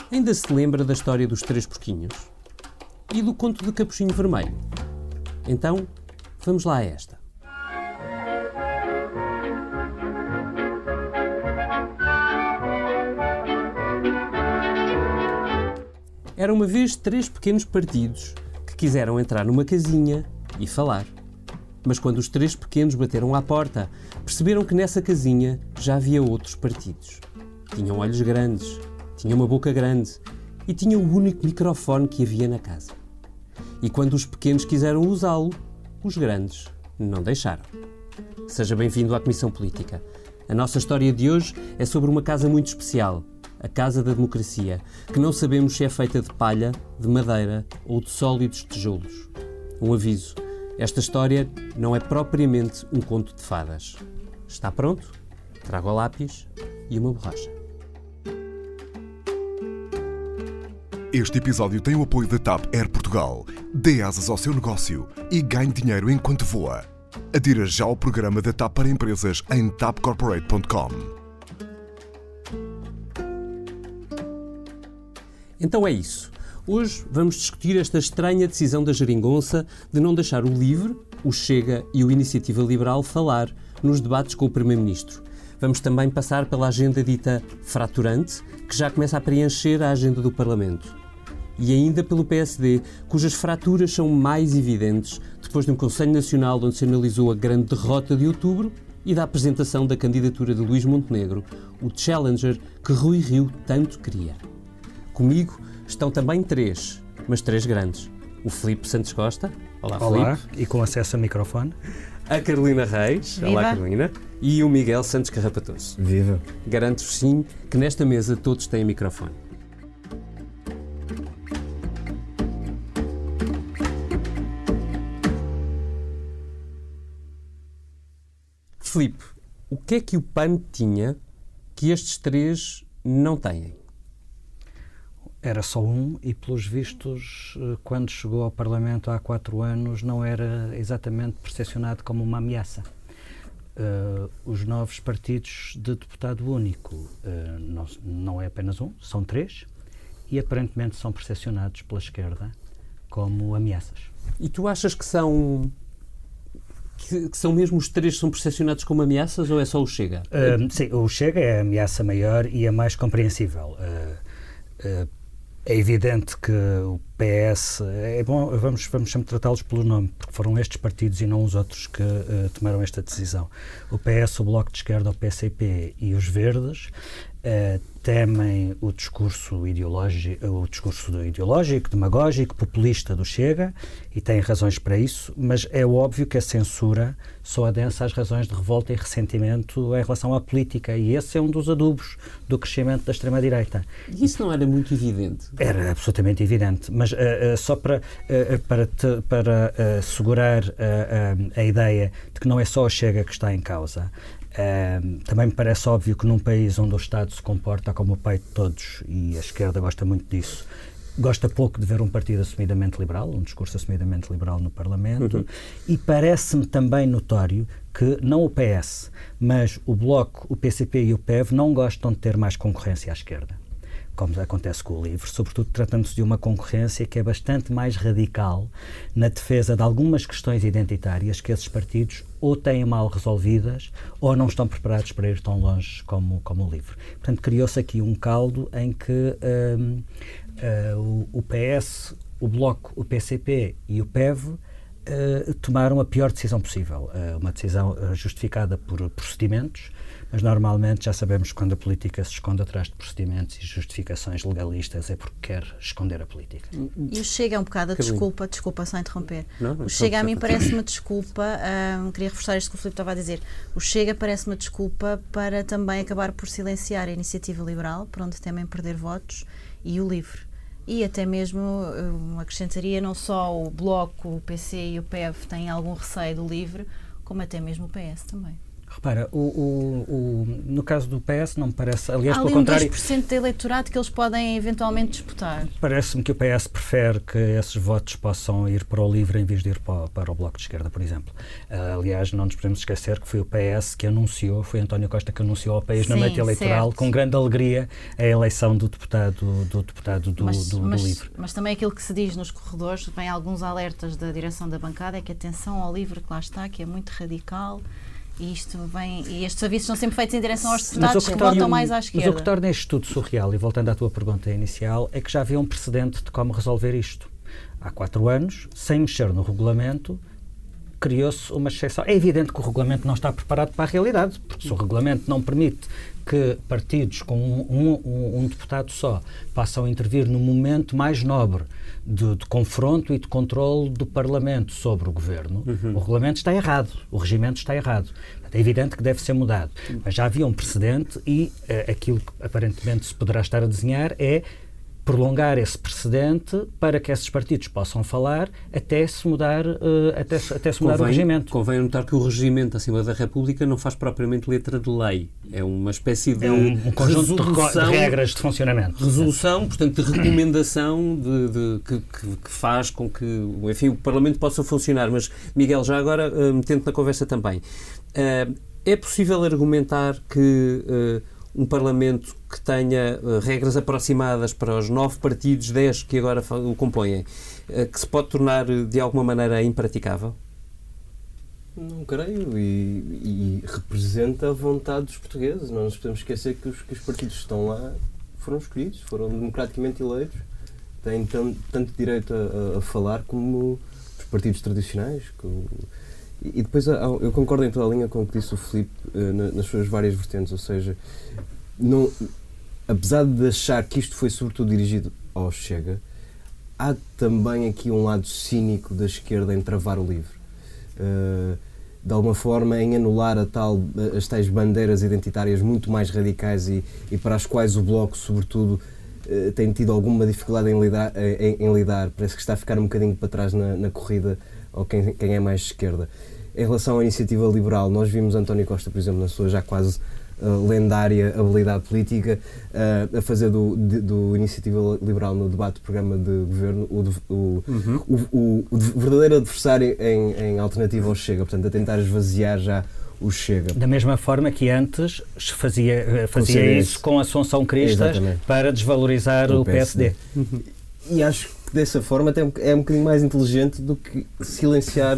Ainda se lembra da história dos três porquinhos? E do conto de Capuchinho Vermelho? Então, vamos lá a esta. Era uma vez três pequenos partidos que quiseram entrar numa casinha e falar. Mas quando os três pequenos bateram à porta, perceberam que nessa casinha já havia outros partidos. Tinham olhos grandes, tinham uma boca grande e tinham o único microfone que havia na casa. E quando os pequenos quiseram usá-lo, os grandes não deixaram. Seja bem-vindo à Comissão Política. A nossa história de hoje é sobre uma casa muito especial, a Casa da Democracia, que não sabemos se é feita de palha, de madeira ou de sólidos tijolos. Um aviso, esta história não é propriamente um conto de fadas. Está pronto? Traga o lápis e uma borracha. Este episódio tem o apoio da TAP Air Portugal. Dê asas ao seu negócio e ganhe dinheiro enquanto voa. Adira já ao programa da TAP para empresas em tapcorporate.com. Então é isso. Hoje vamos discutir esta estranha decisão da Geringonça de não deixar o LIVRE, o Chega e o Iniciativa Liberal falar nos debates com o Primeiro-Ministro. Vamos também passar pela agenda dita fraturante, que já começa a preencher a agenda do Parlamento. E ainda pelo PSD, cujas fraturas são mais evidentes depois de um Conselho Nacional onde se analisou a grande derrota de outubro e da apresentação da candidatura de Luís Montenegro, o challenger que Rui Rio tanto queria. Comigo estão também três, mas três grandes. O Filipe Santos Costa. Olá, Filipe. E com acesso a microfone. A Carolina Reis. Viva. Olá, Carolina. E o Miguel Santos Carrapatoso. Viva. Garanto-vos sim que nesta mesa todos têm microfone. Filipe, o que é que o PAN tinha que estes três não têm? Era só um e, pelos vistos, quando chegou ao Parlamento há 4 anos, não era exatamente percepcionado como uma ameaça. Os novos partidos de deputado único não é apenas um, são 3 e aparentemente são percepcionados pela esquerda como ameaças. E tu achas que são mesmo os três que são percepcionados como ameaças ou é só o Chega? Sim, o Chega é a ameaça maior e a mais compreensível. É evidente que o PS, é bom, vamos sempre tratá-los pelo nome, porque foram estes partidos e não os outros que tomaram esta decisão. O PS, o Bloco de Esquerda, o PCP e os Verdes temem o discurso ideológico, demagógico, populista do Chega e têm razões para isso, mas é óbvio que a censura só adensa as razões de revolta e ressentimento em relação à política e esse é um dos adubos do crescimento da extrema-direita. E isso não era muito evidente? Era absolutamente evidente, mas só para segurar a ideia de que não é só o Chega que está em causa. Também me parece óbvio que num país onde o Estado se comporta como o pai de todos e a esquerda gosta muito disso, gosta pouco de ver um partido assumidamente liberal, um discurso assumidamente liberal no Parlamento, e parece-me também notório que não o PS, mas o Bloco, o PCP e o PEV não gostam de ter mais concorrência à esquerda, como acontece com o LIVRE, sobretudo tratando-se de uma concorrência que é bastante mais radical na defesa de algumas questões identitárias que esses partidos ou têm mal resolvidas ou não estão preparados para ir tão longe como o LIVRE. Portanto, criou-se aqui um caldo em que o PS, o Bloco, o PCP e o PEV tomaram a pior decisão possível. Uma decisão justificada por procedimentos, mas normalmente já sabemos que quando a política se esconde atrás de procedimentos e justificações legalistas é porque quer esconder a política. E o Chega é um bocado a desculpa só interromper. Não, o Chega a mim parece uma desculpa, queria reforçar isto que o Filipe estava a dizer, o Chega parece uma desculpa para também acabar por silenciar a Iniciativa Liberal, por onde temem perder votos, e o LIVRE. E até mesmo, acrescentaria, não só o Bloco, o PC e o PEV têm algum receio do LIVRE, como até mesmo o PS também. Repara, no caso do PS não me parece, aliás, há pelo ali contrário... 2% de eleitorado que eles podem eventualmente disputar. Parece-me que o PS prefere que esses votos possam ir para o LIVRE em vez de ir para o Bloco de Esquerda, por exemplo. Aliás, não nos podemos esquecer que foi o PS que anunciou, foi António Costa que anunciou ao país na noite eleitoral, certo, com grande alegria, a eleição do deputado do LIVRE. Mas também aquilo que se diz nos corredores, vem alguns alertas da direção da bancada, é que atenção ao LIVRE que lá está, que é muito radical. E estes avisos são sempre feitos em direção aos deputados que votam mais à esquerda. Mas o que torna este estudo surreal, e voltando à tua pergunta inicial, é que já havia um precedente de como resolver isto. Há 4 anos, sem mexer no regulamento, criou-se uma exceção. É evidente que o regulamento não está preparado para a realidade, porque se o regulamento não permite que partidos com um deputado só passam a intervir no momento mais nobre de confronto e de controle do Parlamento sobre o Governo, o regulamento está errado, o regimento está errado. É evidente que deve ser mudado. Mas já havia um precedente e aquilo que aparentemente se poderá estar a desenhar é prolongar esse precedente para que esses partidos possam falar até se mudar, o regimento. Convém notar que o regimento acima da República não faz propriamente letra de lei. É uma espécie de um conjunto de regras de funcionamento. Resolução, portanto, de recomendação que faz com que, enfim, o Parlamento possa funcionar. Mas, Miguel, já agora, metendo na conversa também, é possível argumentar que um Parlamento que tenha regras aproximadas para os 9 partidos, 10 que agora o compõem, que se pode tornar de alguma maneira impraticável? Não creio, e representa a vontade dos portugueses. Não nos podemos esquecer que os partidos que estão lá foram escolhidos, foram democraticamente eleitos, têm tanto direito a falar como os partidos tradicionais. E depois eu concordo em toda a linha com o que disse o Filipe nas suas várias vertentes, ou seja, apesar de achar que isto foi sobretudo dirigido ao Chega, há também aqui um lado cínico da esquerda em travar o LIVRE. De alguma forma em anular as tais bandeiras identitárias muito mais radicais e para as quais o Bloco, sobretudo, tem tido alguma dificuldade em lidar. Parece que está a ficar um bocadinho para trás na corrida ou quem é mais esquerda. Em relação à iniciativa liberal, nós vimos António Costa, por exemplo, na sua já quase lendária habilidade política, a fazer do Iniciativa Liberal no debate do programa de governo o verdadeiro adversário em alternativa ao Chega, portanto, a tentar esvaziar já o Chega. Da mesma forma que antes fazia isso com Assunção Cristas para desvalorizar o PSD. E acho que dessa forma até é um bocadinho mais inteligente do que silenciar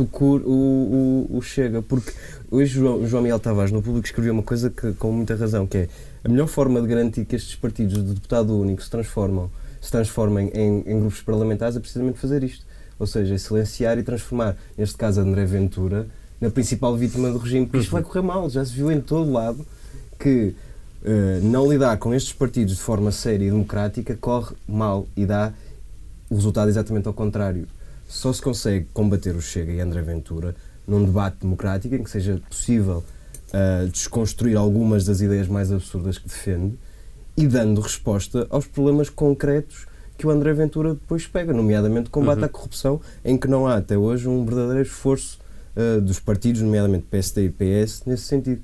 o Chega, porque hoje o João Miguel Tavares no Público escreveu uma coisa com muita razão, que é a melhor forma de garantir que estes partidos de deputado único se transformem em grupos parlamentares é precisamente fazer isto, ou seja, silenciar e transformar, neste caso André Ventura, na principal vítima do regime, porque isto vai correr mal, já se viu em todo lado que não lidar com estes partidos de forma séria e democrática corre mal e dá o resultado exatamente ao contrário. Só se consegue combater o Chega e André Ventura num debate democrático em que seja possível desconstruir algumas das ideias mais absurdas que defende e dando resposta aos problemas concretos que o André Ventura depois pega, nomeadamente combate à corrupção, em que não há até hoje um verdadeiro esforço dos partidos, nomeadamente PSD e PS, nesse sentido.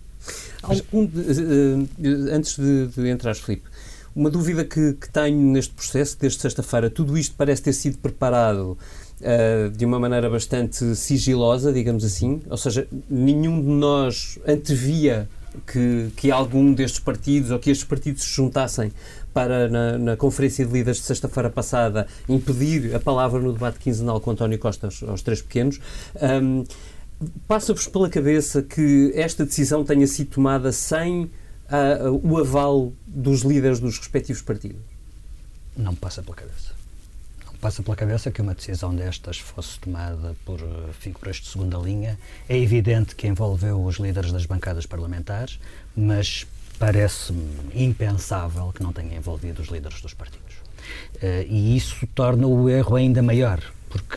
Antes de entrar, Filipe, uma dúvida que tenho neste processo, desde sexta-feira, tudo isto parece ter sido preparado de uma maneira bastante sigilosa, digamos assim, ou seja, nenhum de nós antevia que algum destes partidos ou que estes partidos se juntassem para, na conferência de líderes de sexta-feira passada, impedir a palavra no debate quinzenal com António Costa aos 3 pequenos. Passa-vos pela cabeça que esta decisão tenha sido tomada sem o aval dos líderes dos respectivos partidos? Não me passa pela cabeça. Não me passa pela cabeça que uma decisão destas fosse tomada por figuras de segunda linha. É evidente que envolveu os líderes das bancadas parlamentares, mas parece-me impensável que não tenha envolvido os líderes dos partidos. E isso torna o erro ainda maior, porque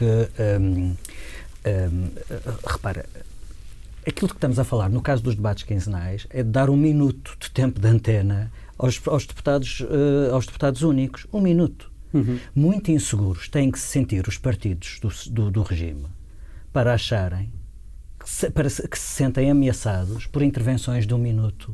repara, aquilo que estamos a falar no caso dos debates quinzenais é de dar 1 minuto de tempo de antena aos deputados únicos. 1 minuto. Muito inseguros têm que se sentir os partidos do regime para acharem que que se sentem ameaçados por intervenções de um minuto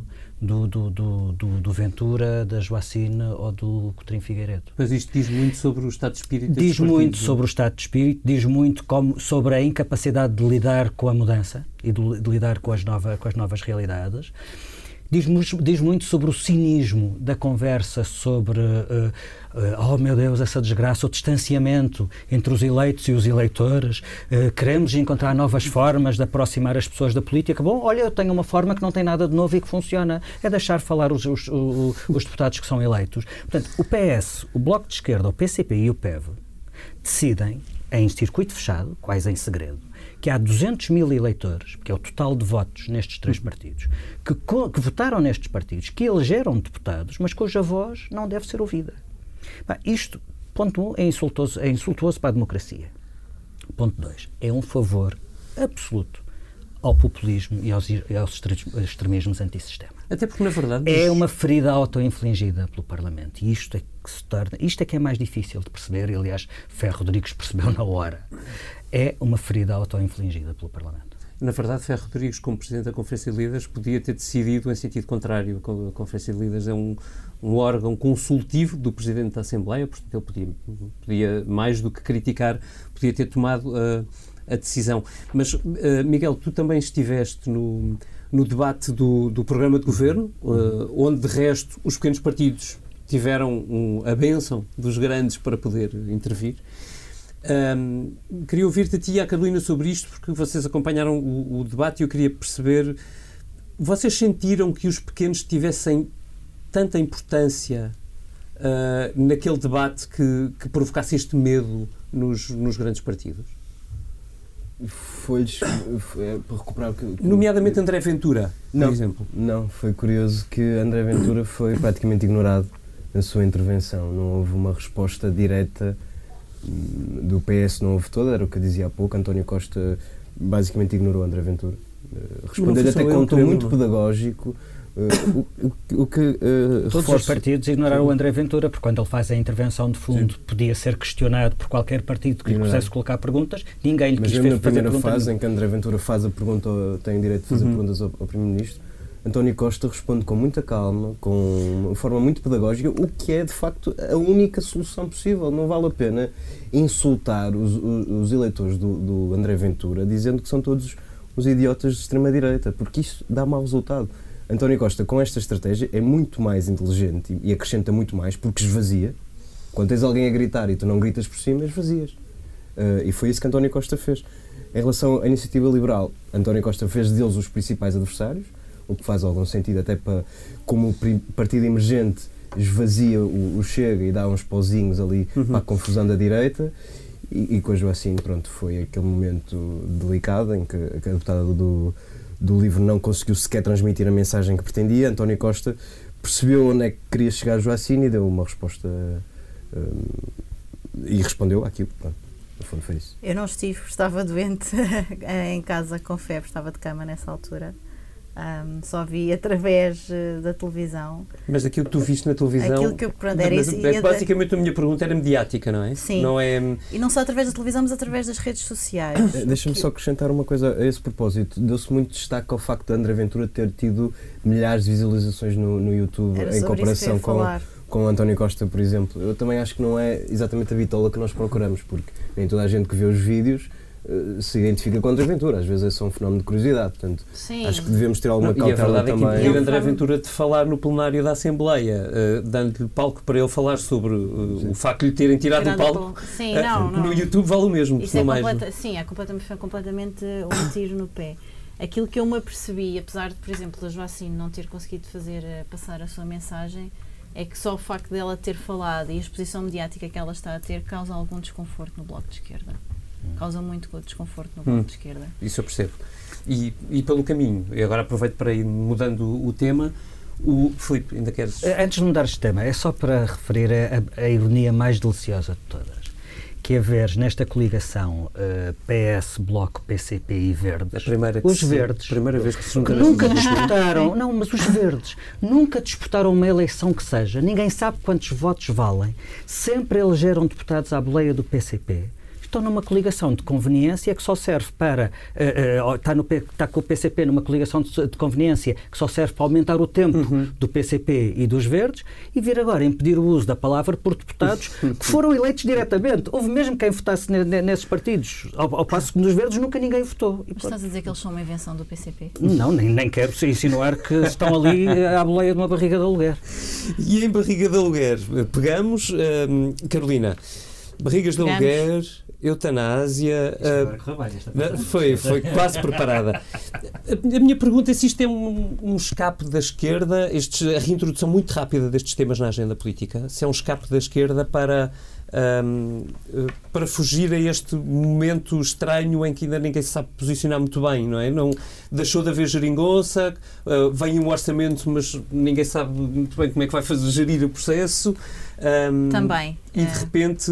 do Ventura, da Joacine ou do Coutinho Figueiredo. Mas isto diz muito sobre o estado de espírito. Diz muito sobre o estado de espírito, diz muito sobre a incapacidade de lidar com a mudança e de lidar com as novas realidades. Diz muito sobre o cinismo da conversa sobre, oh meu Deus, essa desgraça, o distanciamento entre os eleitos e os eleitores, queremos encontrar novas formas de aproximar as pessoas da política. Bom, olha, eu tenho uma forma que não tem nada de novo e que funciona, é deixar falar os deputados que são eleitos. Portanto, o PS, o Bloco de Esquerda, o PCP e o PEV decidem, em circuito fechado, quase em segredo, que há 200 mil eleitores, que é o total de votos nestes três partidos, que votaram nestes partidos, que elegeram deputados, mas cuja voz não deve ser ouvida. Isto, ponto 1, é insultuoso para a democracia. Ponto 2, é um favor absoluto ao populismo e aos extremismos antissistema. Até porque, na verdade... É uma ferida auto-infligida pelo Parlamento. E isto é que é mais difícil de perceber, e aliás, Ferro Rodrigues percebeu na hora. É uma ferida auto-infligida pelo Parlamento. Na verdade, Ferro Rodrigues, como Presidente da Conferência de Líderes, podia ter decidido em sentido contrário. A Conferência de Líderes é um órgão consultivo do Presidente da Assembleia, portanto ele podia mais do que criticar, podia ter tomado a decisão. Mas, Miguel, tu também estiveste no debate do programa de governo, onde, de resto, os pequenos partidos tiveram a bênção dos grandes para poder intervir. Queria ouvir-te a ti e à Carolina sobre isto, porque vocês acompanharam o debate e eu queria perceber, vocês sentiram que os pequenos tivessem tanta importância naquele debate que provocasse este medo nos grandes partidos? Foi para recuperar... Nomeadamente André Ventura, por exemplo. Não, foi curioso que André Ventura foi praticamente ignorado na sua intervenção. Não houve uma resposta direta do PS, não houve toda, era o que eu dizia há pouco. António Costa basicamente ignorou André Ventura. Respondeu até com um tom muito pedagógico. Todos os partidos ignoraram o André Ventura, porque quando ele faz a intervenção de fundo, podia ser questionado por qualquer partido que lhe quisesse colocar perguntas, ninguém lhe quis fazer pergunta. Mas mesmo na primeira fase, em que André Ventura faz a pergunta, tem o direito de fazer perguntas ao Primeiro-Ministro, António Costa responde com muita calma, com uma forma muito pedagógica, o que é, de facto, a única solução possível. Não vale a pena insultar os eleitores do André Ventura dizendo que são todos os idiotas de extrema-direita, porque isso dá mau resultado. António Costa, com esta estratégia, é muito mais inteligente e acrescenta muito mais, porque esvazia. Quando tens alguém a gritar e tu não gritas por cima, esvazias. E foi isso que António Costa fez. Em relação à Iniciativa Liberal, António Costa fez deles os principais adversários, o que faz algum sentido, até para, como partido emergente, esvazia o Chega e dá uns pauzinhos ali para a confusão da direita. E com a Joacine, pronto, foi aquele momento delicado em que a deputada do LIVRE não conseguiu sequer transmitir a mensagem que pretendia. António Costa percebeu onde é que queria chegar a Joacine e deu uma resposta e respondeu àquilo. Pronto, no fundo foi isso. Eu não estive, estava doente em casa com febre, estava de cama nessa altura. Só vi através da televisão. Mas aquilo que tu viste na televisão... Aquilo que, pronto, era isso. Basicamente a minha pergunta era mediática, não é? Sim. Não é... E não só através da televisão, mas através das redes sociais. Deixa-me só acrescentar uma coisa a esse propósito. Deu-se muito destaque ao facto de André Ventura ter tido milhares de visualizações no YouTube em comparação com António Costa, por exemplo. Eu também acho que não é exatamente a bitola que nós procuramos, porque nem toda a gente que vê os vídeos se identifica com André Ventura, às vezes é só um fenómeno de curiosidade, portanto, sim, acho que devemos ter alguma cautela também. E a verdade é que impedir André Ventura de falar no plenário da Assembleia, dando-lhe palco para ele falar sobre o facto de lhe terem tirado o palco, sim, no YouTube vale o mesmo. Isso sim, é completamente um tiro no pé. Aquilo que eu me apercebi, apesar de, por exemplo, a Joacine não ter conseguido passar a sua mensagem, é que só o facto dela ter falado e a exposição mediática que ela está a ter causa algum desconforto no Bloco de Esquerda. Causa muito desconforto no Bloco de Esquerda. Isso eu percebo. E pelo caminho, e agora aproveito para ir mudando o tema, o Filipe, ainda queres... Antes de mudar este tema, é só para referir a ironia mais deliciosa de todas, que é ver nesta coligação PS, Bloco, PCP e Verdes, os Verdes, primeira vez que se juntaram, nunca disputaram, não, mas os Verdes nunca disputaram uma eleição que seja, ninguém sabe quantos votos valem, sempre elegeram deputados à boleia do PCP. estão numa coligação de conveniência que só serve para... está com o PCP numa coligação de conveniência que só serve para aumentar o tempo do PCP e dos Verdes e vir agora impedir o uso da palavra por deputados que foram eleitos diretamente. Houve mesmo quem votasse nesses partidos. Ao passo que nos Verdes nunca ninguém votou. Mas estás a dizer que eles são uma invenção do PCP? Não, nem quero insinuar que estão ali à boleia de uma barriga de aluguer. E em barriga de aluguer, pegamos, Carolina, barrigas de aluguer, eutanásia... Foi quase preparada. A minha pergunta é se isto é um escape da esquerda, a reintrodução muito rápida destes temas na agenda política, se é um escape da esquerda para fugir a este momento estranho em que ainda ninguém se sabe posicionar muito bem, não é? Não, deixou de haver geringonça, vem um orçamento, mas ninguém sabe muito bem como é que vai gerir o processo. Também. E de repente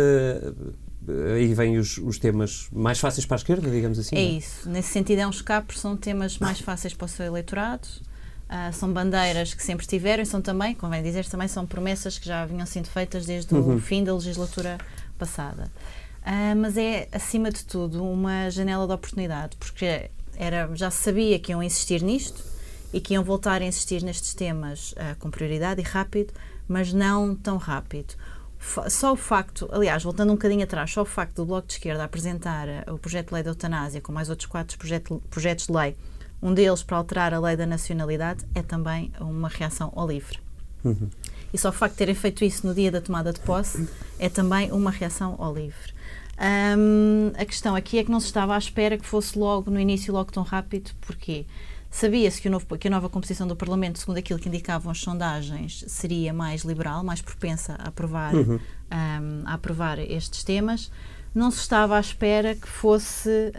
aí vêm os temas mais fáceis para a esquerda, digamos assim. É isso. Nesse sentido é um escape, são temas mais fáceis para o seu eleitorado. São bandeiras que sempre tiveram e são também, convém dizer, também são promessas que já vinham sendo feitas desde o fim da legislatura passada. Mas é, acima de tudo, uma janela de oportunidade, porque já se sabia que iam insistir nisto e que iam voltar a insistir nestes temas com prioridade e rápido, mas não tão rápido. Só o facto, aliás, voltando um bocadinho atrás, só o facto do Bloco de Esquerda apresentar o projeto de lei da eutanásia com mais outros 4 projetos de lei, um deles para alterar a lei da nacionalidade, é também uma reação ao LIVRE. E só o facto de terem feito isso no dia da tomada de posse é também uma reação ao LIVRE. A questão aqui é que não se estava à espera que fosse logo no início, logo tão rápido. Porquê? Sabia-se que a nova composição do Parlamento, segundo aquilo que indicavam as sondagens, seria mais liberal, mais propensa a aprovar estes temas. Não se estava à espera que fosse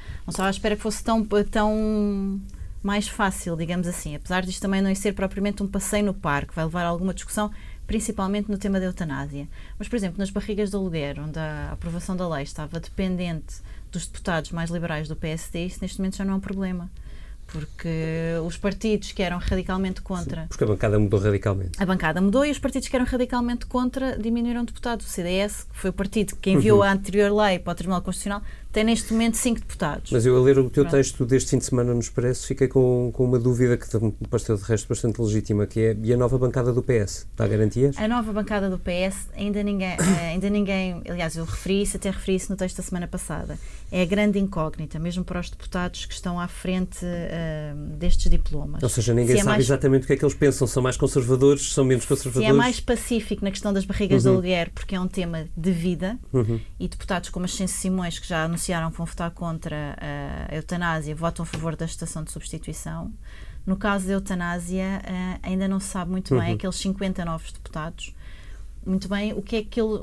tão mais fácil, digamos assim, apesar disto também não ser propriamente um passeio no parque, vai levar a alguma discussão, principalmente no tema da eutanásia. Mas, por exemplo, nas barrigas de aluguer, onde a aprovação da lei estava dependente dos deputados mais liberais do PSD, isso neste momento já não é um problema. Porque os partidos que eram radicalmente contra... Sim, porque a bancada mudou radicalmente. A bancada mudou e os partidos que eram radicalmente contra diminuíram deputados. O CDS, que foi o partido que enviou a anterior lei para o Tribunal Constitucional, tem neste momento 5 deputados. Mas eu a ler o teu texto deste fim de semana no Expresso fiquei com uma dúvida que me pareceu de resto bastante legítima, que é, e a nova bancada do PS? Dá garantias? A nova bancada do PS, ainda ninguém, aliás, eu referi isso no texto da semana passada, é a grande incógnita, mesmo para os deputados que estão à frente destes diplomas. Ou seja, ninguém sabe exatamente o que é que eles pensam, são mais conservadores, são menos conservadores? Se é mais pacífico na questão das barrigas de aluguer, porque é um tema de vida, e deputados como Ascenso Simões, que já anunciaram que vão votar contra a eutanásia, votam a favor da gestação de substituição. No caso da eutanásia, ainda não se sabe muito bem, aqueles 50 novos deputados, muito bem o que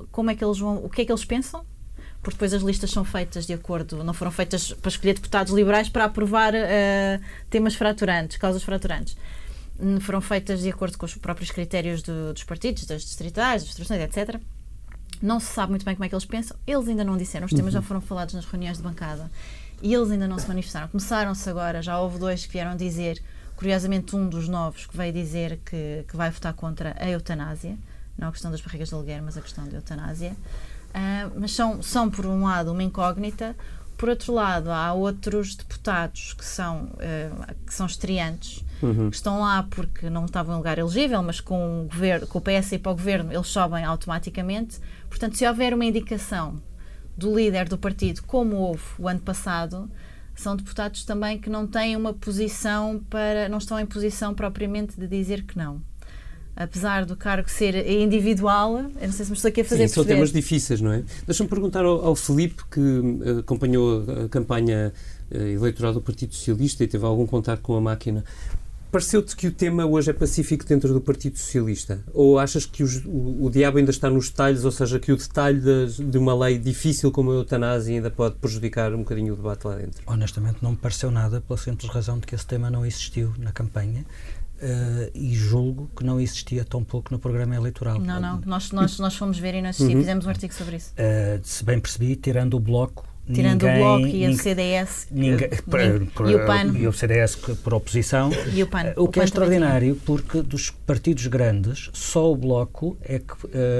é que eles pensam, porque depois as listas são feitas de acordo, não foram feitas para escolher deputados liberais para aprovar temas fraturantes, causas fraturantes. Foram feitas de acordo com os próprios critérios dos partidos, das distritais, das distribuições, etc. Não se sabe muito bem como é que eles pensam. Eles ainda não disseram. Os temas já foram falados nas reuniões de bancada e eles ainda não se manifestaram. Começaram-se agora, já houve 2 que vieram dizer, curiosamente um dos novos que veio dizer que vai votar contra a eutanásia, não a questão das barrigas de aluguer, mas a questão da eutanásia. Mas são, por um lado, uma incógnita. Por outro lado, há outros deputados que são estreantes, que estão lá porque não estavam em lugar elegível, mas com o PS e para o governo eles sobem automaticamente. Portanto, se houver uma indicação do líder do partido, como houve o ano passado, são deputados também que não têm uma posição não estão em posição propriamente de dizer que não. Apesar do cargo ser individual, eu não sei se me estou aqui a fazer perceber. São temas difíceis, não é? Deixa-me perguntar ao Filipe, que acompanhou a campanha eleitoral do Partido Socialista e teve algum contato com a máquina. Pareceu-te que o tema hoje é pacífico dentro do Partido Socialista? Ou achas que o diabo ainda está nos detalhes, ou seja, que o detalhe de uma lei difícil como a eutanásia ainda pode prejudicar um bocadinho o debate lá dentro? Honestamente não me pareceu nada, pela simples razão de que esse tema não existiu na campanha. E julgo que não existia tão pouco no programa eleitoral. Não, nós fomos ver e não existia, fizemos um artigo sobre isso. Se bem percebi, tirando o Bloco, Tirando o Bloco e o CDS e o PAN. E o CDS por oposição. E o PAN. O que é extraordinário, porque dos partidos grandes, só o Bloco é que...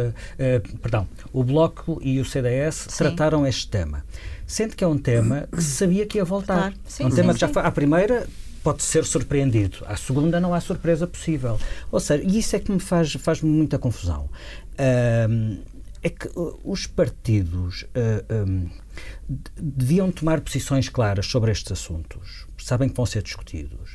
o Bloco e o CDS trataram este tema. Sendo que é um tema que se sabia que ia voltar. Claro. Sim, é um tema que já foi... À primeira... pode ser surpreendido. À segunda não há surpresa possível. Ou seja, e isso é que me faz muita confusão. É que os partidos deviam tomar posições claras sobre estes assuntos. Sabem que vão ser discutidos.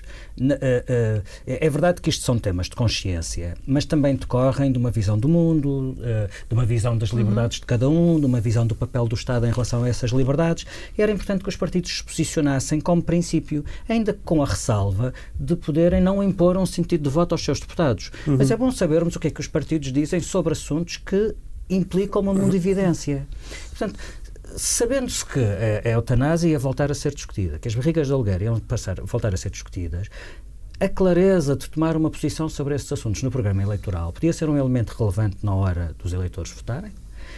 É verdade que isto são temas de consciência, mas também decorrem de uma visão do mundo, de uma visão das liberdades de cada um, de uma visão do papel do Estado em relação a essas liberdades. E era importante que os partidos se posicionassem como princípio, ainda com a ressalva de poderem não impor um sentido de voto aos seus deputados. Mas é bom sabermos o que é que os partidos dizem sobre assuntos que implicam uma mundividência. Portanto, sabendo-se que a eutanásia ia voltar a ser discutida, que as barrigas de aluguer iam voltar a ser discutidas, a clareza de tomar uma posição sobre esses assuntos no programa eleitoral podia ser um elemento relevante na hora dos eleitores votarem,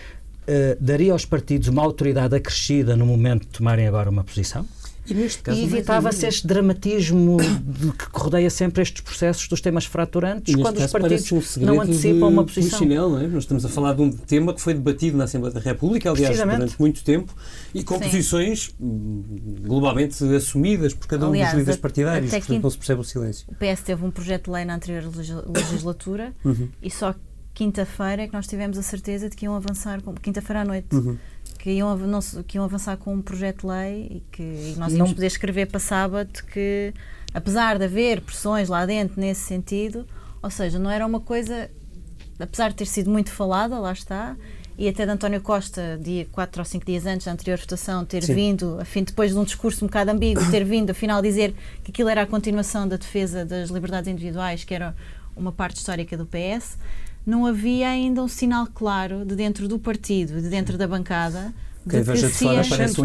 daria aos partidos uma autoridade acrescida no momento de tomarem agora uma posição, e neste caso evitava-se este dramatismo que rodeia sempre estes processos dos temas fraturantes, quando os partidos não antecipam uma posição. Chinelo, não é? Nós estamos a falar de um tema que foi debatido na Assembleia da República, aliás, durante muito tempo, e com posições globalmente assumidas por cada um dos líderes partidários, portanto não se percebe o silêncio. O PS teve um projeto de lei na anterior legislatura e só quinta-feira é que nós tivemos a certeza de que iam avançar, quinta-feira à noite, que iam avançar com um projeto de lei e que nós íamos poder escrever para sábado, que apesar de haver pressões lá dentro nesse sentido, ou seja, não era uma coisa, apesar de ter sido muito falada, lá está, e até de António Costa, 4 ou 5 dias antes da anterior votação, ter vindo, depois de um discurso um bocado ambíguo, ter vindo, afinal, dizer que aquilo era a continuação da defesa das liberdades individuais, que era uma parte histórica do PS, não havia ainda um sinal claro de dentro do partido, de dentro da bancada, de que se ia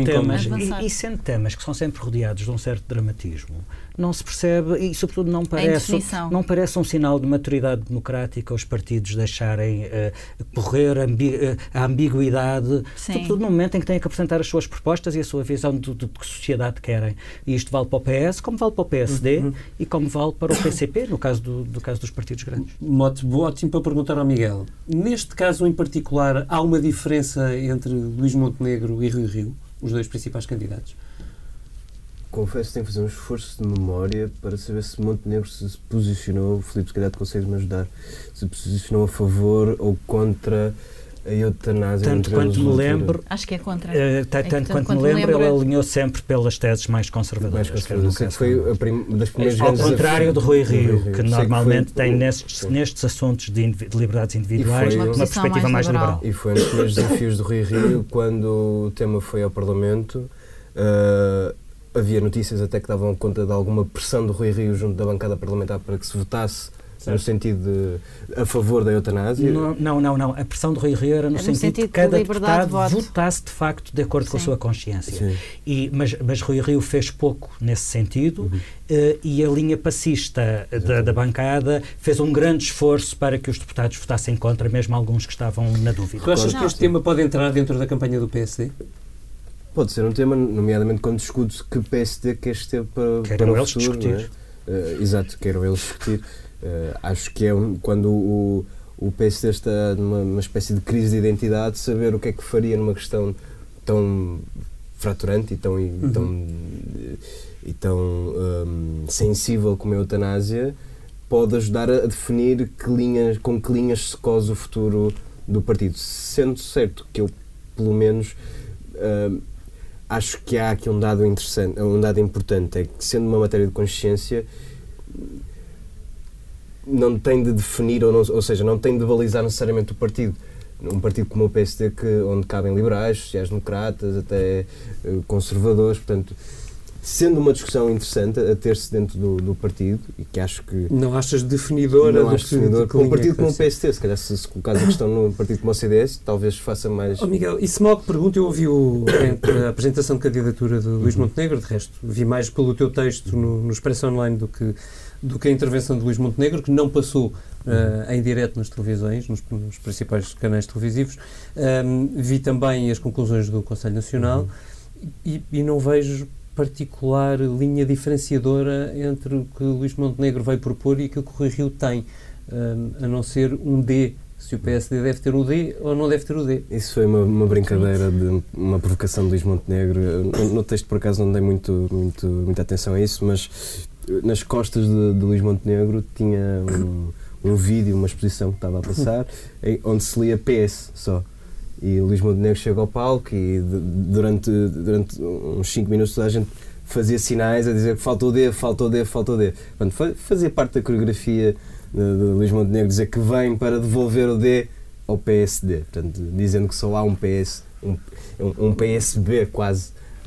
e sendo temas que são sempre rodeados de um certo dramatismo, não se percebe, e sobretudo não parece um sinal de maturidade democrática os partidos deixarem correr a ambiguidade, sobretudo no momento em que têm que apresentar as suas propostas e a sua visão de que sociedade querem. E isto vale para o PS, como vale para o PSD e como vale para o PCP, no caso dos partidos grandes. Mote ótimo para perguntar ao Miguel. Neste caso em particular, há uma diferença entre Luís Montenegro e Rui Rio, os dois principais candidatos? Confesso que tenho que fazer um esforço de memória para saber se Montenegro se posicionou, o Filipe se calhar consegue-me ajudar, se posicionou a favor ou contra a eutanásia. Tanto quanto me lembro, acho que é contra. Tanto quanto me lembro, ele alinhou sempre pelas teses mais conservadoras. Foi das primeiras ao contrário de Rui Rio, que normalmente tem nestes assuntos de liberdades individuais uma perspectiva mais liberal. E foi um dos primeiros desafios de Rui Rio, quando o tema foi ao Parlamento. Havia notícias até que davam conta de alguma pressão do Rui Rio junto da bancada parlamentar para que se votasse no sentido a favor da eutanásia. Não. A pressão do Rui Rio era no sentido de que cada deputado votasse de facto de acordo com a sua consciência. Mas Rui Rio fez pouco nesse sentido e a linha passista da bancada fez um grande esforço para que os deputados votassem contra, mesmo alguns que estavam na dúvida. Tu achas que este tema pode entrar dentro da campanha do PSD? Pode ser um tema, nomeadamente quando discute-se que PSD quer ter para o futuro. Discutir. Exato, queiram eles discutir. Acho que é quando o PSD está numa espécie de crise de identidade, saber o que é que faria numa questão tão fraturante e tão sensível como a eutanásia, pode ajudar a definir com que linhas se cose o futuro do partido. Sendo certo que eu, pelo menos, acho que há aqui um dado interessante, um dado importante, é que, sendo uma matéria de consciência, não tem de definir, ou seja, não tem de balizar necessariamente o partido. Um partido como o PSD, onde cabem liberais, sociais-democratas, até conservadores, portanto, sendo uma discussão interessante a ter-se dentro do partido, e que acho que... Não achas definidora? Não acho definidor. Com um partido como o PSD, se calhar se colocares a questão num partido como o CDS, talvez faça mais... Miguel, e se mal que pergunto, eu ouvi a apresentação de candidatura de Luís Montenegro, de resto, vi mais pelo teu texto no Expresso Online do que a intervenção de Luís Montenegro, que não passou em direto nas televisões, nos principais canais televisivos. Vi também as conclusões do Conselho Nacional, E não vejo particular linha diferenciadora entre o que Luís Montenegro veio propor e aquilo que o Rui Rio tem, a não ser um D. Se o PSD deve ter o D ou não deve ter o D. Isso foi uma brincadeira, de uma provocação de Luís Montenegro. No texto, por acaso, não dei muita atenção a isso, mas nas costas de Luís Montenegro tinha um vídeo, uma exposição que estava a passar, onde se lia PS só. E Luís Montenegro chega ao palco e durante uns 5 minutos toda a gente fazia sinais a dizer que faltou D, faltou D, faltou D. Portanto, fazia parte da coreografia de Luís Montenegro dizer que vem para devolver o D ao PSD. Portanto, dizendo que só há um PS, um PSB quase,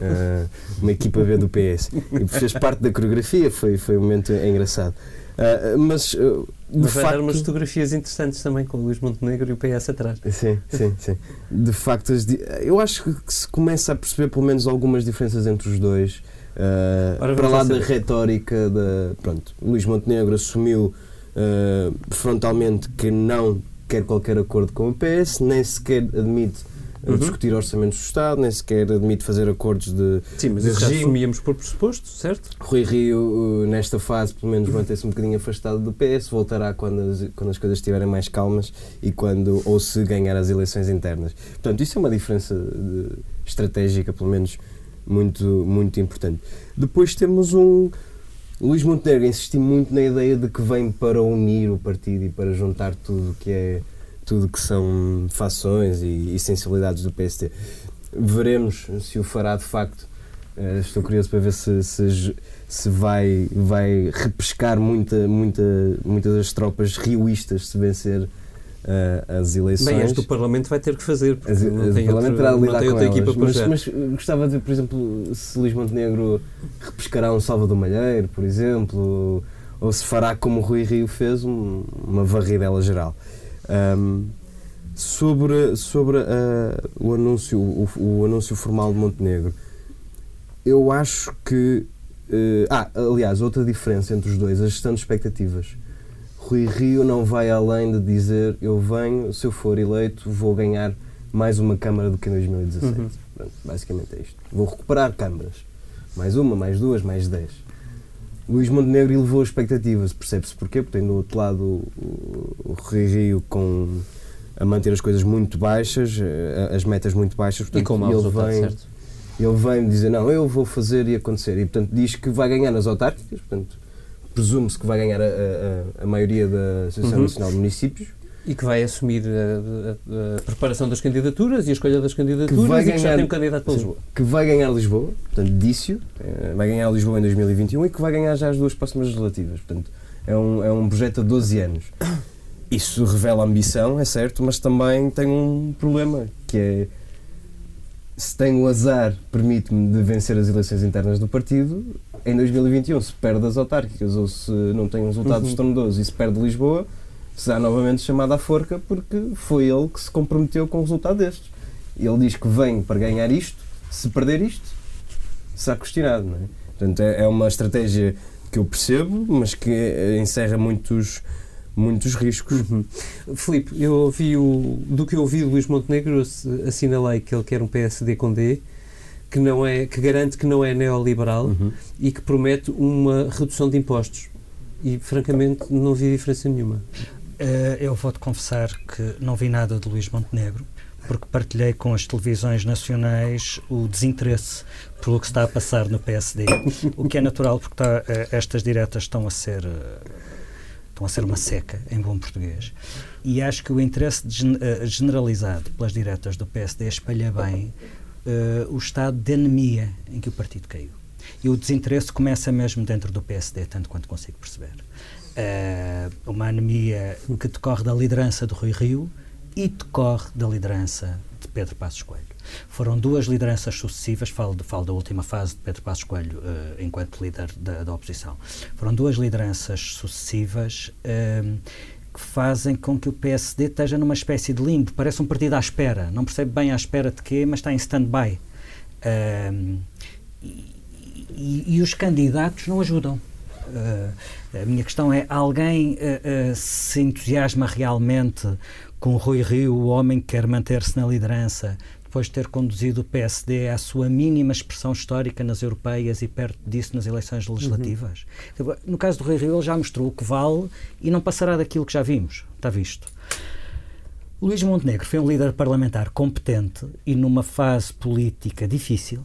uma equipa B do PS. E fez parte da coreografia, foi um momento engraçado. Mas vai dar umas fotografias interessantes também com o Luís Montenegro e o PS atrás. Sim. De facto, eu acho que se começa a perceber pelo menos algumas diferenças entre os dois. Para lá da retórica, pronto, Luís Montenegro assumiu frontalmente que não quer qualquer acordo com o PS, nem sequer admite discutir orçamentos do Estado, nem sequer admite fazer acordos de Sim, mas isso já assumíamos por pressuposto, certo? Rui Rio, nesta fase, pelo menos mantém-se um bocadinho afastado do PS, voltará quando as coisas estiverem mais calmas e ou se ganhar as eleições internas. Portanto, isso é uma diferença estratégica, pelo menos, muito, muito importante. Depois temos Luís Montenegro insistiu muito na ideia de que vem para unir o partido e para juntar tudo que são fações e sensibilidades do PSD. Veremos se o fará de facto. Estou curioso para ver se vai repescar muitas das tropas rioístas se vencer as eleições. Bem, do Parlamento vai ter que fazer, porque o Parlamento terá de lidar com elas, mas gostava de ver, por exemplo, se Luís Montenegro repescará um Salvador Malheiro, por exemplo, ou se fará como o Rui Rio fez, uma varridela geral. Sobre o anúncio formal de Montenegro, eu acho que aliás, outra diferença entre os dois, a gestão de expectativas. Rui Rio não vai além de dizer eu venho, se eu for eleito vou ganhar mais uma Câmara do que em 2017. Pronto, basicamente é isto, vou recuperar câmaras, mais uma, mais duas, mais 10. Luís Montenegro elevou as expectativas, percebe-se porquê, porque tem do outro lado o Rui Rio a manter as coisas muito baixas, as metas muito baixas, portanto, e com mau resultado, certo? Ele vem dizer, não, eu vou fazer e acontecer, e portanto diz que vai ganhar nas autárquicas, portanto presume-se que vai ganhar a maioria da Associação Nacional de Municípios. E que vai assumir a preparação das candidaturas e a escolha das candidaturas que já tem um candidato para Lisboa. Que vai ganhar Lisboa, portanto, disse-o, vai ganhar Lisboa em 2021 e que vai ganhar já as 2 próximas legislativas. Portanto, é um projeto a 12 anos. Isso revela ambição, é certo, mas também tem um problema, que é, se tem o azar, permite-me, de vencer as eleições internas do partido, em 2021, se perde as autárquicas ou se não tem um resultado estrondoso e se perde Lisboa, será novamente chamado à forca porque foi ele que se comprometeu com o resultado destes. Ele diz que vem para ganhar isto, se perder isto, será questionado, não é? Portanto, é uma estratégia que eu percebo, mas que encerra muitos riscos. Filipe, do que eu ouvi de Luís Montenegro, assinalei que ele quer um PSD com D, que garante que não é neoliberal e que promete uma redução de impostos. E, francamente, não vi diferença nenhuma. Eu vou-te confessar que não vi nada de Luís Montenegro, porque partilhei com as televisões nacionais o desinteresse pelo que está a passar no PSD, o que é natural porque estas diretas estão a ser uma seca, em bom português. E acho que o interesse generalizado pelas diretas do PSD espelha bem o estado de anemia em que o partido caiu. E o desinteresse começa mesmo dentro do PSD, tanto quanto consigo perceber. Uma anemia que decorre da liderança do Rui Rio e decorre da liderança de Pedro Passos Coelho. Foram 2 lideranças sucessivas, falo da última fase de Pedro Passos Coelho enquanto líder da oposição. Foram 2 lideranças sucessivas que fazem com que o PSD esteja numa espécie de limbo. Parece um partido à espera, não percebe bem à espera de quê, mas está em stand-by. E os candidatos não ajudam. A minha questão é, alguém se entusiasma realmente com o Rui Rio, o homem que quer manter-se na liderança, depois de ter conduzido o PSD à sua mínima expressão histórica nas europeias e perto disso nas eleições legislativas. No caso do Rui Rio, ele já mostrou o que vale e não passará daquilo que já vimos, está visto. Luís Montenegro foi um líder parlamentar competente e numa fase política difícil,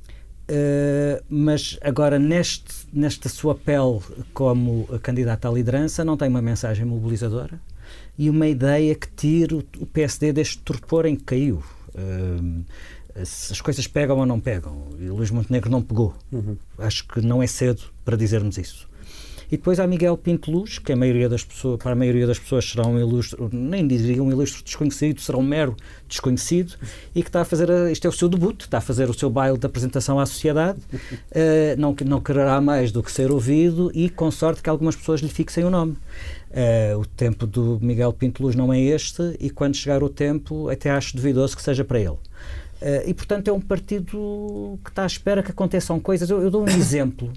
mas agora nesta sua pele como candidato à liderança não tem uma mensagem mobilizadora e uma ideia que tire o PSD deste torpor em que caiu. Se as coisas pegam ou não pegam, e Luís Montenegro não pegou. Acho que não é cedo para dizermos isso. E depois há Miguel Pinto Luz, que para a maioria das pessoas será um ilustre, nem diria um ilustre desconhecido, será um mero desconhecido, e que está a fazer, este é o seu debut, está a fazer o seu baile de apresentação à sociedade, não quererá mais do que ser ouvido e com sorte que algumas pessoas lhe fixem o nome. O tempo do Miguel Pinto Luz não é este e quando chegar o tempo até acho duvidoso que seja para ele. E portanto é um partido que está à espera que aconteçam coisas. Eu dou um exemplo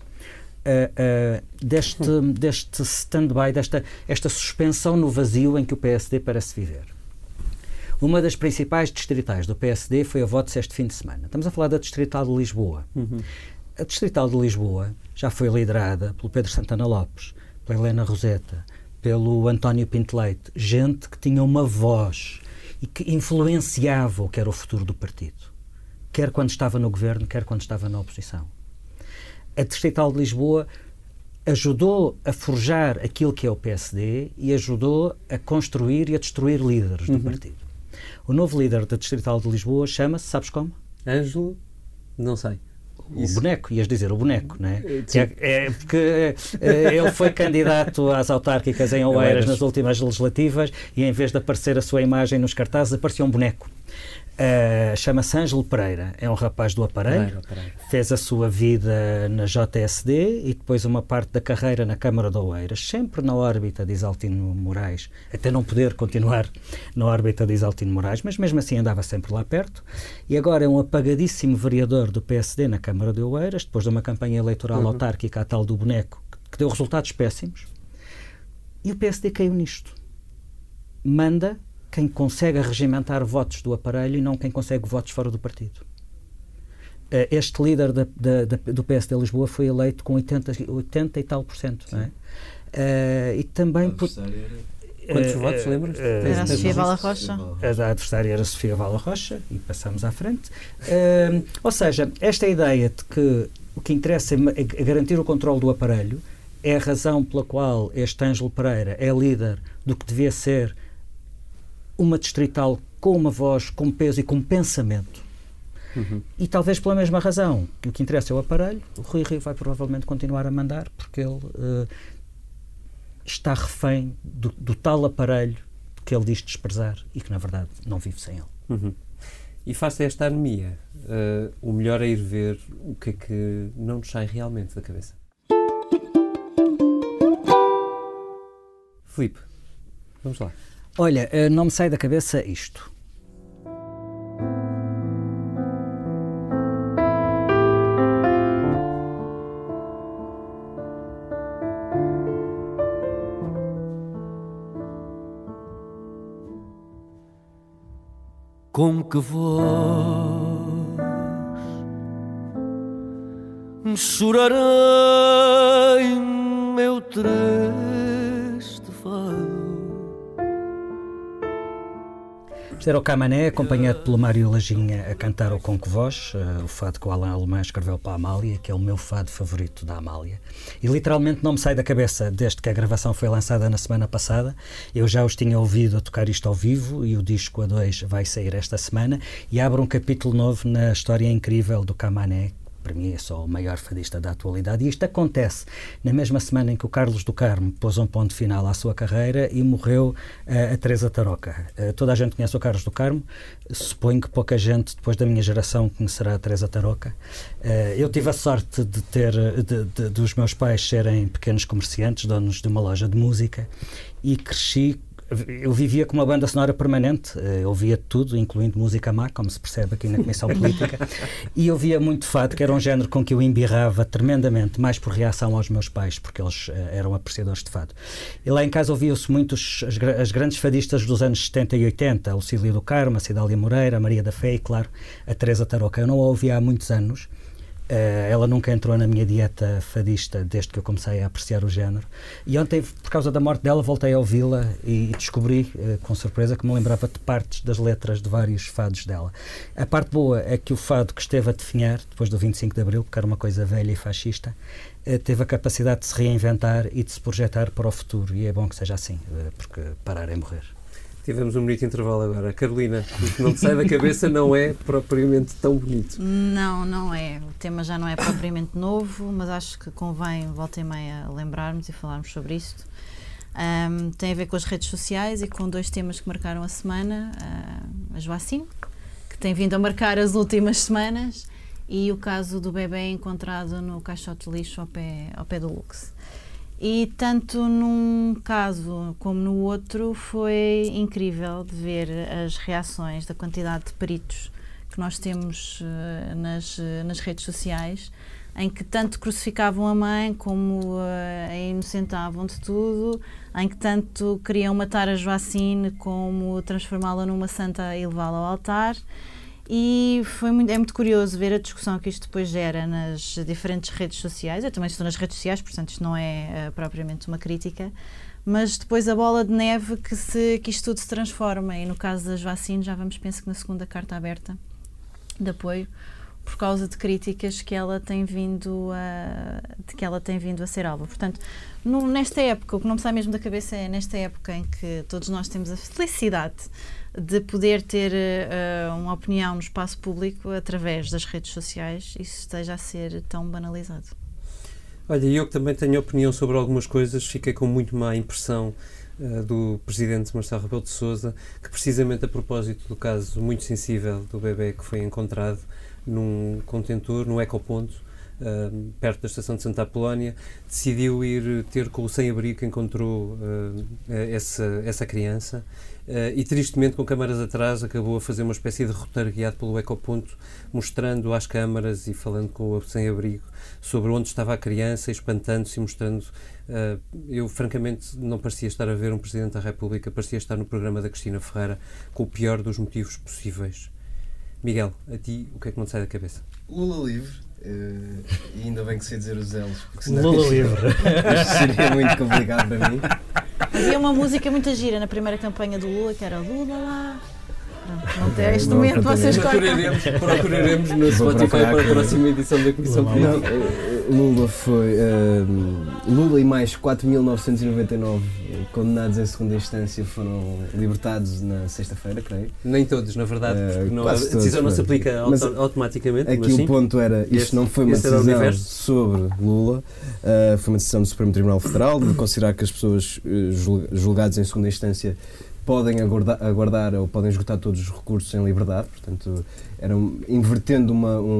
deste stand-by, esta suspensão no vazio em que o PSD parece viver. Uma das principais distritais do PSD foi a votos este fim de semana. Estamos a falar da distrital de Lisboa. A distrital de Lisboa já foi liderada pelo Pedro Santana Lopes, pela Helena Roseta, pelo António Pinto Leite, gente que tinha uma voz e que influenciava o que era o futuro do partido, quer quando estava no governo, quer quando estava na oposição. A distrital de Lisboa ajudou a forjar aquilo que é o PSD e ajudou a construir e a destruir líderes do partido. O novo líder da distrital de Lisboa chama-se, sabes como? Ângelo? Não sei. O boneco, ias dizer o boneco, não é? Porque ele foi candidato às autárquicas em Oeiras nas últimas legislativas e em vez de aparecer a sua imagem nos cartazes apareceu um boneco. Chama-se Ângelo Pereira, é um rapaz do aparelho, fez a sua vida na JSD e depois uma parte da carreira na Câmara de Oeiras, sempre na órbita de Isaltino Moraes, até não poder continuar na órbita de Isaltino Moraes, mas mesmo assim andava sempre lá perto, e agora é um apagadíssimo vereador do PSD na Câmara de Oeiras, depois de uma campanha eleitoral autárquica, a tal do boneco, que deu resultados péssimos, e o PSD caiu nisto. Manda quem consegue regimentar votos do aparelho e não quem consegue votos fora do partido. Este líder do PSD de Lisboa foi eleito com 80 e tal %. Não é? E também... Quantos votos, lembras? Era a Sofia Vala Rocha. A adversária era a Sofia Vala Rocha e passamos à frente. Ou seja, esta ideia de que o que interessa é garantir o controle do aparelho é a razão pela qual este Ângelo Pereira é líder do que devia ser uma distrital com uma voz, com peso e com pensamento. E talvez pela mesma razão que o que interessa é o aparelho, o Rui Rio vai provavelmente continuar a mandar porque ele está refém do tal aparelho que ele diz desprezar e que na verdade não vive sem ele. E face a esta anemia, o melhor é ir ver o que é que não nos sai realmente da cabeça. Filipe, vamos lá. Olha, não me sai da cabeça isto. Com que voz chorarei meu triste fado. Isto era o Camané, acompanhado pelo Mário Lajinha a cantar o Com Que Voz, o fado que o Alain Alemã escreveu para a Amália, que é o meu fado favorito da Amália. E literalmente não me sai da cabeça desde que a gravação foi lançada na semana passada. Eu já os tinha ouvido a tocar isto ao vivo e o disco A2 vai sair esta semana e abre um capítulo novo na história incrível do Camané. Para mim é só o maior fadista da atualidade, e isto acontece na mesma semana em que o Carlos do Carmo pôs um ponto final à sua carreira e morreu a Teresa Tarouca. Toda a gente conhece o Carlos do Carmo, suponho que pouca gente depois da minha geração conhecerá a Teresa Tarouca. Eu tive a sorte de ter dos meus pais serem pequenos comerciantes, donos de uma loja de música, e cresci eu vivia com uma banda sonora permanente, eu ouvia tudo, incluindo música má, como se percebe aqui na Comissão Política, e eu via muito fado, que era um género com que eu embirrava tremendamente, mais por reação aos meus pais, porque eles eram apreciadores de fado. E lá em casa ouvia-se muito as grandes fadistas dos anos 70 e 80, a Lucília do Carmo, a Cidália Moreira, a Maria da Fé e, claro, a Teresa Tarouca. Eu não a ouvia há muitos anos. Ela nunca entrou na minha dieta fadista desde que eu comecei a apreciar o género. E ontem, por causa da morte dela, voltei a ouvi-la e descobri, com surpresa, que me lembrava de partes das letras de vários fados dela. A parte boa é que o fado que esteve a definhar, depois do 25 de Abril, que era uma coisa velha e fascista, teve a capacidade de se reinventar e de se projetar para o futuro. E é bom que seja assim, porque parar é morrer. Tivemos um bonito intervalo agora. Carolina, o que não te sai da cabeça não é propriamente tão bonito. Não, não é. O tema já não é propriamente novo, mas acho que convém, volta e meia, lembrarmos e falarmos sobre isto. Tem a ver com as redes sociais e com 2 temas que marcaram a semana. A Joacine, que tem vindo a marcar as últimas semanas, e o caso do bebê encontrado no caixote de lixo ao pé do Lux. E tanto num caso como no outro foi incrível de ver as reações da quantidade de peritos que nós temos nas redes sociais, em que tanto crucificavam a mãe como a inocentavam de tudo, em que tanto queriam matar a Joacine como transformá-la numa santa e levá-la ao altar. E é muito curioso ver a discussão que isto depois gera nas diferentes redes sociais. Eu também estou nas redes sociais, portanto isto não é propriamente uma crítica, mas depois a bola de neve que isto tudo se transforma. E no caso das vacinas já vamos, penso que na segunda carta aberta de apoio, por causa de críticas que ela tem vindo a ser alvo. Portanto, nesta época, o que não me sai mesmo da cabeça é nesta época em que todos nós temos a felicidade de poder ter uma opinião no espaço público através das redes sociais, isso esteja a ser tão banalizado. Olha, eu que também tenho opinião sobre algumas coisas, fiquei com muito má impressão do Presidente Marcelo Rebelo de Sousa, que precisamente a propósito do caso muito sensível do bebê que foi encontrado num contentor, no Ecoponto, perto da estação de Santa Apolónia, decidiu ir ter com o sem-abrigo que encontrou essa criança, e tristemente, com câmaras atrás, acabou a fazer uma espécie de roteiro guiado pelo Ecoponto, mostrando às câmaras e falando com o sem-abrigo sobre onde estava a criança, espantando-se e mostrando. Eu, francamente, não parecia estar a ver um Presidente da República, parecia estar no programa da Cristina Ferreira, com o pior dos motivos possíveis. Miguel, a ti, o que é que não te sai da cabeça? Lula livre. E ainda bem que sei dizer os elos, porque senão Lula livre. isto seria muito complicado para mim. Havia uma música muito gira na primeira campanha do Lula, que era Lula lá. Não tem este momento, vocês Procuraremos no Spotify para a próxima edição da Comissão Política. Lula foi Lula e mais 4.999 condenados em segunda instância foram libertados na sexta-feira, creio. Nem todos, na verdade, porque a decisão não se aplica automaticamente. Aqui o ponto era, isto não foi uma decisão sobre Lula, foi uma decisão do Supremo Tribunal Federal de considerar que as pessoas julgadas em segunda instância podem aguardar ou podem esgotar todos os recursos em liberdade, portanto, invertendo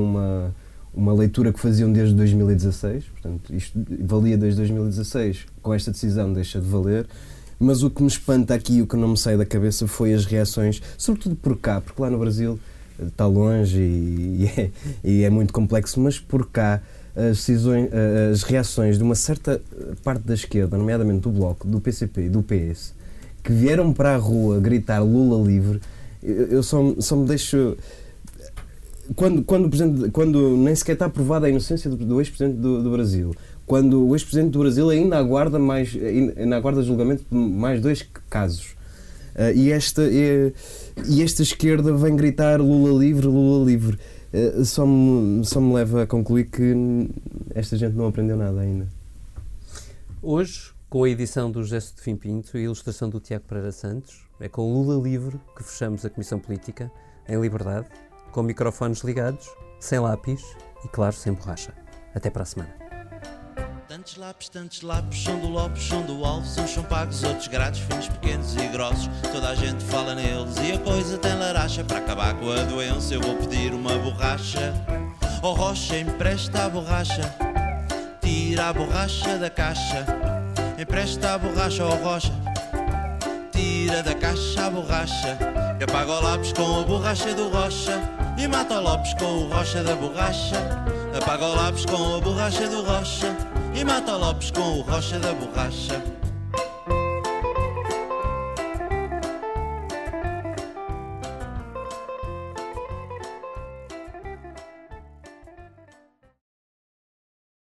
uma leitura que faziam desde 2016, portanto, isto valia desde 2016, com esta decisão deixa de valer, mas o que me espanta aqui, o que não me sai da cabeça foi as reações, sobretudo por cá, porque lá no Brasil está longe e é muito complexo, mas por cá as reações de uma certa parte da esquerda, nomeadamente do Bloco, do PCP e do PS, que vieram para a rua gritar Lula livre, eu só me deixo... Quando nem sequer está provada a inocência do ex-presidente do Brasil, quando o ex-presidente do Brasil ainda aguarda julgamento de mais 2 casos, e esta esquerda vem gritar Lula livre, só me leva a concluir que esta gente não aprendeu nada ainda. Hoje, com a edição do José Sotofim Pinto e a ilustração do Tiago Pereira Santos, é com Lula livre que fechamos a Comissão Política, em liberdade, com microfones ligados, sem lápis e, claro, sem borracha. Até para a semana. Tantos lápis, são do Lopes, são do Alves, uns são pagos, outros grátis, finos, pequenos e grossos. Toda a gente fala neles e a coisa tem laracha. Para acabar com a doença eu vou pedir uma borracha. Oh Rocha, empresta a borracha, tira a borracha da caixa. Empresta a borracha, oh Rocha, tira tira da caixa a borracha, que apaga o lápis com a borracha do Rocha e mata o Lopes com o Rocha da borracha. Apaga o lápis com a borracha do Rocha e mata o Lopes com o Rocha da borracha.